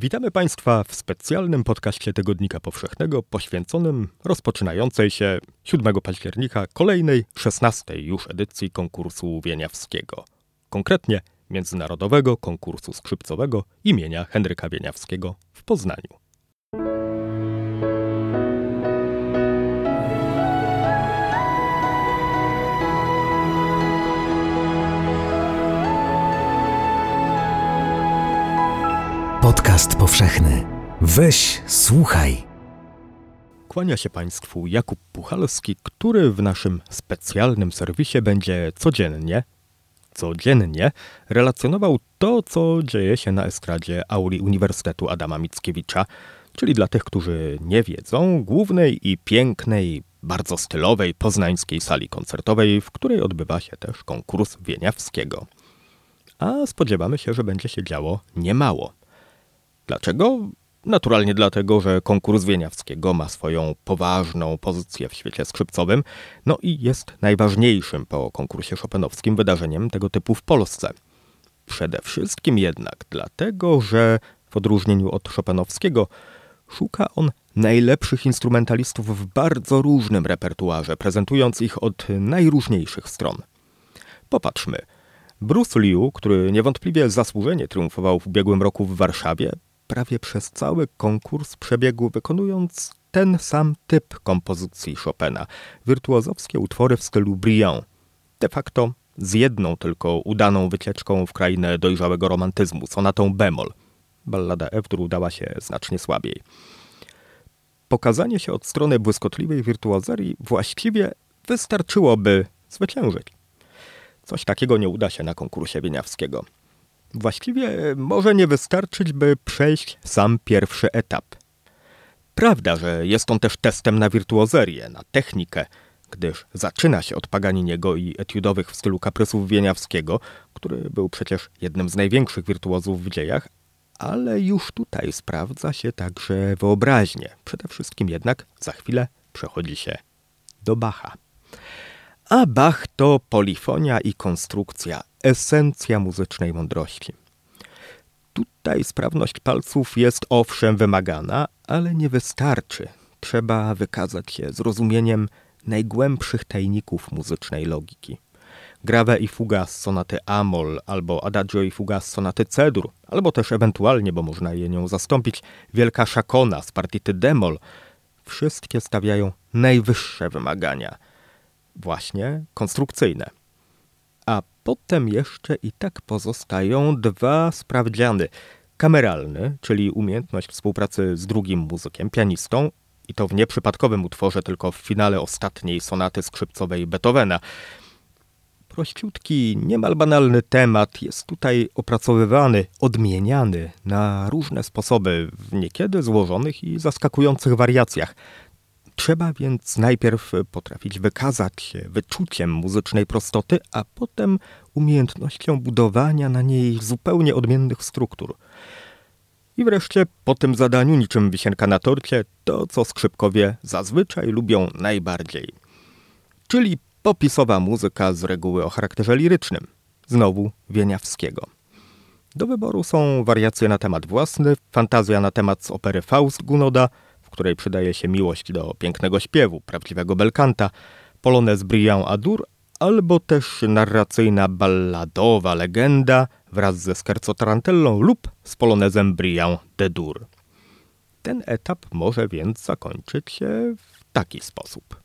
Witamy Państwa w specjalnym podcaście Tygodnika Powszechnego poświęconym rozpoczynającej się 7 października kolejnej, 16. już edycji konkursu wieniawskiego. Konkretnie Międzynarodowego Konkursu Skrzypcowego imienia Henryka Wieniawskiego w Poznaniu. Podcast powszechny. Weź, słuchaj. Kłania się Państwu Jakub Puchalski, który w naszym specjalnym serwisie będzie codziennie relacjonował to, co dzieje się na estradzie auli Uniwersytetu Adama Mickiewicza, czyli dla tych, którzy nie wiedzą, głównej i pięknej, bardzo stylowej poznańskiej sali koncertowej, w której odbywa się też konkurs wieniawskiego. A spodziewamy się, że będzie się działo niemało. Dlaczego? Naturalnie dlatego, że konkurs wieniawskiego ma swoją poważną pozycję w świecie skrzypcowym, no i jest najważniejszym po konkursie chopinowskim wydarzeniem tego typu w Polsce. Przede wszystkim jednak dlatego, że w odróżnieniu od chopinowskiego szuka on najlepszych instrumentalistów w bardzo różnym repertuarze, prezentując ich od najróżniejszych stron. Popatrzmy. Bruce Liu, który niewątpliwie zasłużenie triumfował w ubiegłym roku w Warszawie, prawie przez cały konkurs przebiegł wykonując ten sam typ kompozycji Chopina. Wirtuozowskie utwory w stylu brillant. De facto z jedną tylko udaną wycieczką w krainę dojrzałego romantyzmu, sonatą bemol. Ballada F-dur udała się znacznie słabiej. Pokazanie się od strony błyskotliwej wirtuozerii właściwie wystarczyłoby zwyciężyć. Coś takiego nie uda się na konkursie wieniawskiego. Właściwie może nie wystarczyć, by przejść sam pierwszy etap. Prawda, że jest on też testem na wirtuozerię, na technikę, gdyż zaczyna się od Paganiniego i etiudowych w stylu kaprysów Wieniawskiego, który był przecież jednym z największych wirtuozów w dziejach, ale już tutaj sprawdza się także wyobraźnię. Przede wszystkim jednak za chwilę przechodzi się do Bacha. A Bach to polifonia i konstrukcja, esencja muzycznej mądrości. Tutaj sprawność palców jest owszem wymagana, ale nie wystarczy. Trzeba wykazać się zrozumieniem najgłębszych tajników muzycznej logiki. Grave i fuga z sonaty A-moll, albo adagio i fuga z sonaty C-dur, albo też ewentualnie, bo można je nią zastąpić, wielka szakona z partity D-moll. Wszystkie stawiają najwyższe wymagania. Właśnie konstrukcyjne. A potem jeszcze i tak pozostają dwa sprawdziany. Kameralny, czyli umiejętność współpracy z drugim muzykiem, pianistą, i to w nieprzypadkowym utworze, tylko w finale ostatniej sonaty skrzypcowej Beethovena. Prościutki, niemal banalny temat jest tutaj opracowywany, odmieniany na różne sposoby, w niekiedy złożonych i zaskakujących wariacjach. Trzeba więc najpierw potrafić wykazać się wyczuciem muzycznej prostoty, a potem umiejętnością budowania na niej zupełnie odmiennych struktur. I wreszcie po tym zadaniu, niczym wisienka na torcie, to co skrzypkowie zazwyczaj lubią najbardziej. Czyli popisowa muzyka z reguły o charakterze lirycznym. Znowu Wieniawskiego. Do wyboru są wariacje na temat własny, fantazja na temat z opery Faust Goonoda, w której przydaje się miłość do pięknego śpiewu, prawdziwego belkanta, polonez brillant a-dur, albo też narracyjna balladowa legenda wraz ze scherzo tarantellą lub z polonezem brillant d-dur. Ten etap może więc zakończyć się w taki sposób.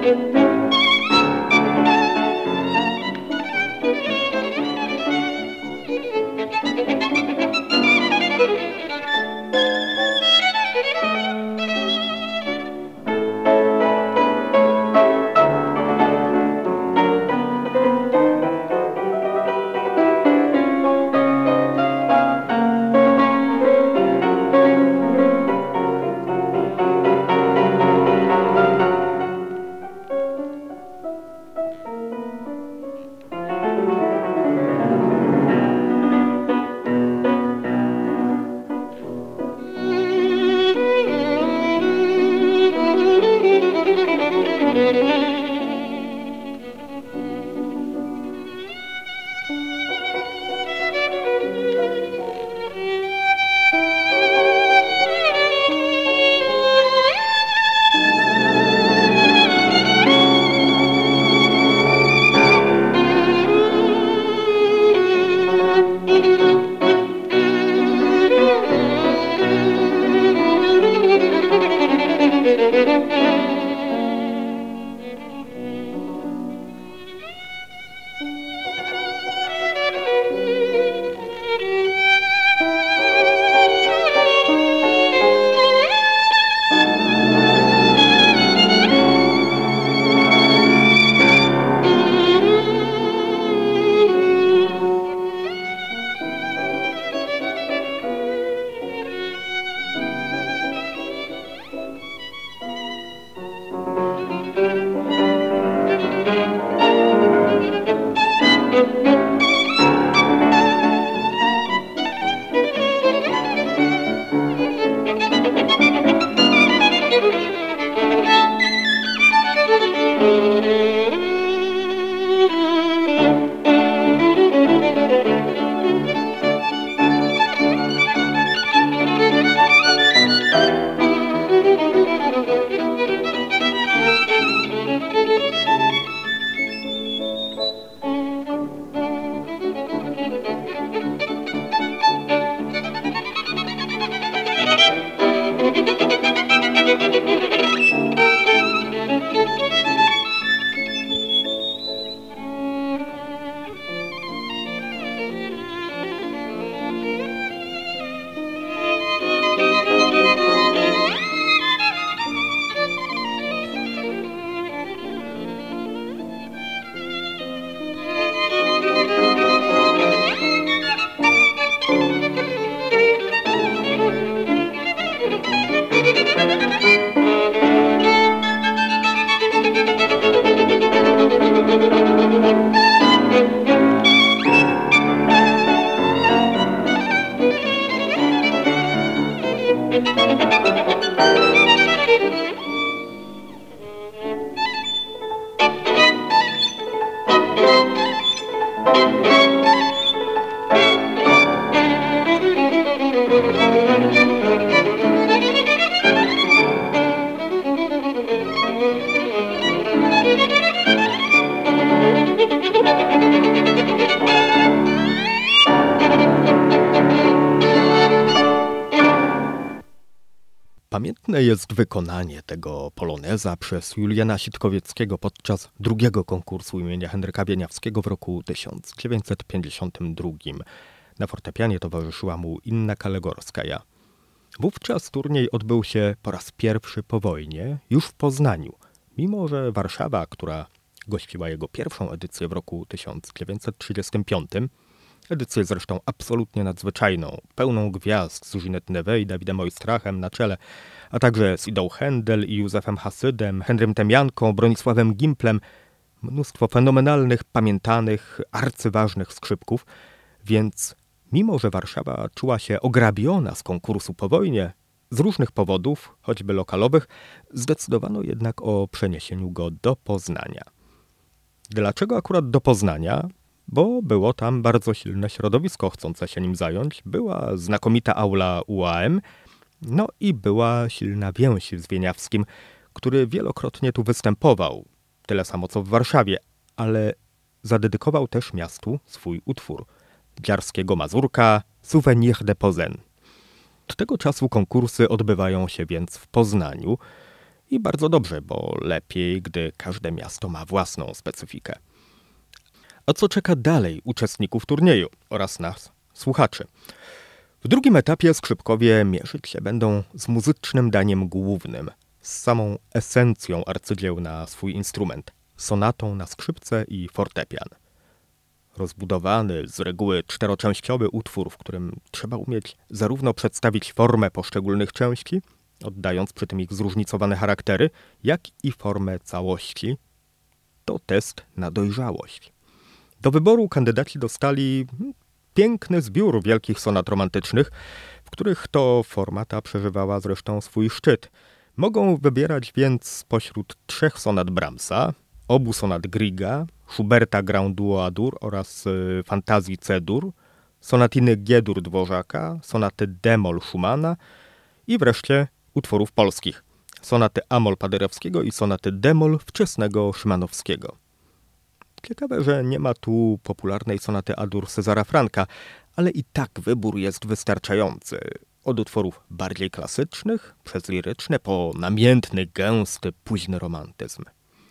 Pamiętne jest wykonanie tego poloneza przez Juliana Sitkowieckiego podczas drugiego konkursu imienia Henryka Wieniawskiego w roku 1952. Na fortepianie towarzyszyła mu Inna Kalegorskaja. Wówczas turniej odbył się po raz pierwszy po wojnie, już w Poznaniu, mimo że Warszawa, która gościła jego pierwszą edycję w roku 1935, edycję zresztą absolutnie nadzwyczajną, pełną gwiazd z Jeanette Neve i Dawidem Oistrachem na czele, a także z Idą Händel i Józefem Hasydem, Henrym Temianką, Bronisławem Gimplem, mnóstwo fenomenalnych, pamiętanych, arcyważnych skrzypków, więc mimo że Warszawa czuła się ograbiona z konkursu po wojnie, z różnych powodów, choćby lokalowych, zdecydowano jednak o przeniesieniu go do Poznania. Dlaczego akurat do Poznania? Bo było tam bardzo silne środowisko chcące się nim zająć, była znakomita aula UAM, no i była silna więź z Wieniawskim, który wielokrotnie tu występował, tyle samo co w Warszawie, ale zadedykował też miastu swój utwór Dziarskiego Mazurka Souvenir de Posen. Od tego czasu konkursy odbywają się więc w Poznaniu I bardzo dobrze, bo lepiej, gdy każde miasto ma własną specyfikę. A co czeka dalej uczestników turnieju oraz nas, słuchaczy? W drugim etapie skrzypkowie mierzyć się będą z muzycznym daniem głównym, z samą esencją arcydzieł na swój instrument, sonatą na skrzypce i fortepian. Rozbudowany, z reguły czteroczęściowy utwór, w którym trzeba umieć zarówno przedstawić formę poszczególnych części, oddając przy tym ich zróżnicowane charaktery, jak i formę całości, to test na dojrzałość. Do wyboru kandydaci dostali piękny zbiór wielkich sonat romantycznych, w których to forma ta przeżywała zresztą swój szczyt. Mogą wybierać więc spośród 3 sonat Brahmsa, obu sonat Griega, Schuberta Grand Duo A-dur oraz Fantazji C-dur, sonatiny G-dur Dworzaka, sonaty D-moll Schumana i wreszcie utworów polskich, sonaty A-moll Paderewskiego i sonaty D-moll wczesnego Szymanowskiego. Ciekawe, że nie ma tu popularnej sonaty A-dur Cezara Franka, ale i tak wybór jest wystarczający. Od utworów bardziej klasycznych, przez liryczne, po namiętny, gęsty, późny romantyzm.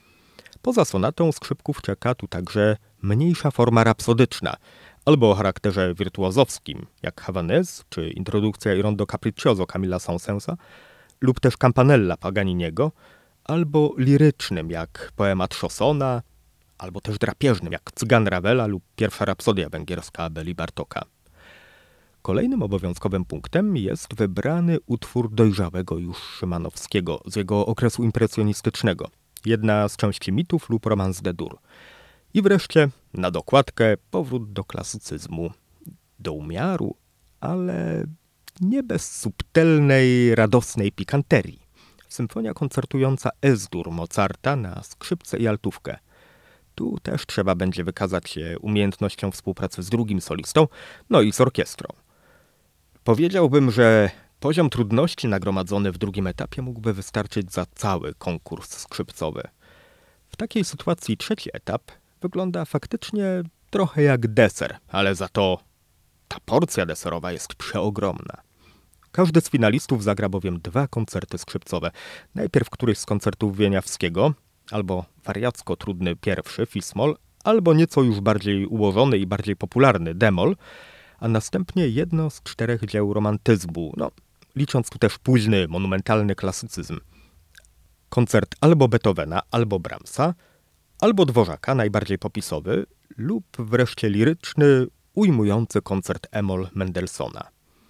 Poza sonatą skrzypków czeka tu także mniejsza forma rapsodyczna, albo o charakterze wirtuozowskim, jak Havanese czy introdukcja i rondo capriccioso Camilla Saint-Saënsa, lub też Campanella Paganiniego, albo lirycznym, jak poemat Chaussona, albo też drapieżnym, jak Cygan Ravela lub pierwsza rapsodia węgierska Beli Bartoka. Kolejnym obowiązkowym punktem jest wybrany utwór dojrzałego już Szymanowskiego z jego okresu impresjonistycznego, jedna z części mitów lub romans D-dur. I wreszcie na dokładkę powrót do klasycyzmu, do umiaru, ale nie bez subtelnej, radosnej pikanterii. Symfonia koncertująca S-dur Mozarta na skrzypce i altówkę. Tu też trzeba będzie wykazać się umiejętnością współpracy z drugim solistą, no i z orkiestrą. Powiedziałbym, że poziom trudności nagromadzony w drugim etapie mógłby wystarczyć za cały konkurs skrzypcowy. W takiej sytuacji trzeci etap wygląda faktycznie trochę jak deser, ale za to ta porcja deserowa jest przeogromna. Każdy z finalistów zagra bowiem 2 koncerty skrzypcowe. Najpierw któryś z koncertów Wieniawskiego, albo wariacko trudny pierwszy, fis-moll, albo nieco już bardziej ułożony i bardziej popularny D-moll, a następnie jedno z 4 dzieł romantyzmu, licząc tu też późny, monumentalny klasycyzm. Koncert albo Beethovena, albo Brahmsa, albo Dworzaka, najbardziej popisowy, lub wreszcie liryczny, ujmujący koncert E-moll Mendelssohna.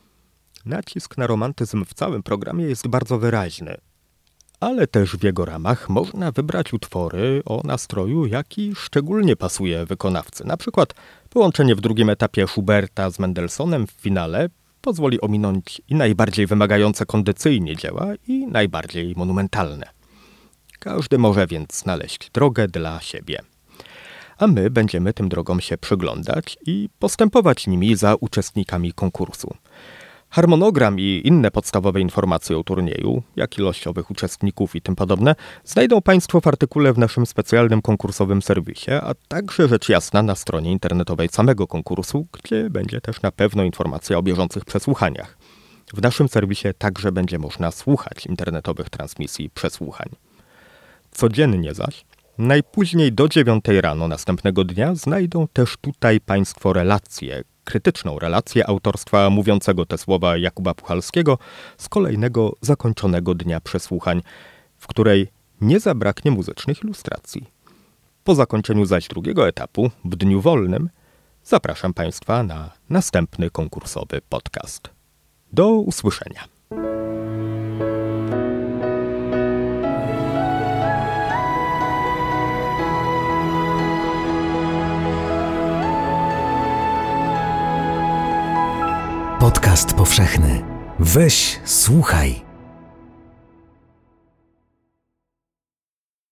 Nacisk na romantyzm w całym programie jest bardzo wyraźny, ale też w jego ramach można wybrać utwory o nastroju, jaki szczególnie pasuje wykonawcy. Na przykład połączenie w drugim etapie Schuberta z Mendelssohnem w finale pozwoli ominąć i najbardziej wymagające kondycyjnie dzieła, i najbardziej monumentalne. Każdy może więc znaleźć drogę dla siebie. A my będziemy tym drogom się przyglądać i postępować nimi za uczestnikami konkursu. Harmonogram i inne podstawowe informacje o turnieju, jak ilościowych uczestników i tym podobne, znajdą Państwo w artykule w naszym specjalnym konkursowym serwisie, a także rzecz jasna na stronie internetowej samego konkursu, gdzie będzie też na pewno informacja o bieżących przesłuchaniach. W naszym serwisie także będzie można słuchać internetowych transmisji przesłuchań. Codziennie zaś, najpóźniej do 9 rano następnego dnia, znajdą też tutaj Państwo relację, krytyczną relację autorstwa mówiącego te słowa Jakuba Puchalskiego z kolejnego zakończonego dnia przesłuchań, w której nie zabraknie muzycznych ilustracji. Po zakończeniu zaś drugiego etapu, w dniu wolnym, zapraszam Państwa na następny konkursowy podcast. Do usłyszenia. Podcast powszechny. Weź, słuchaj.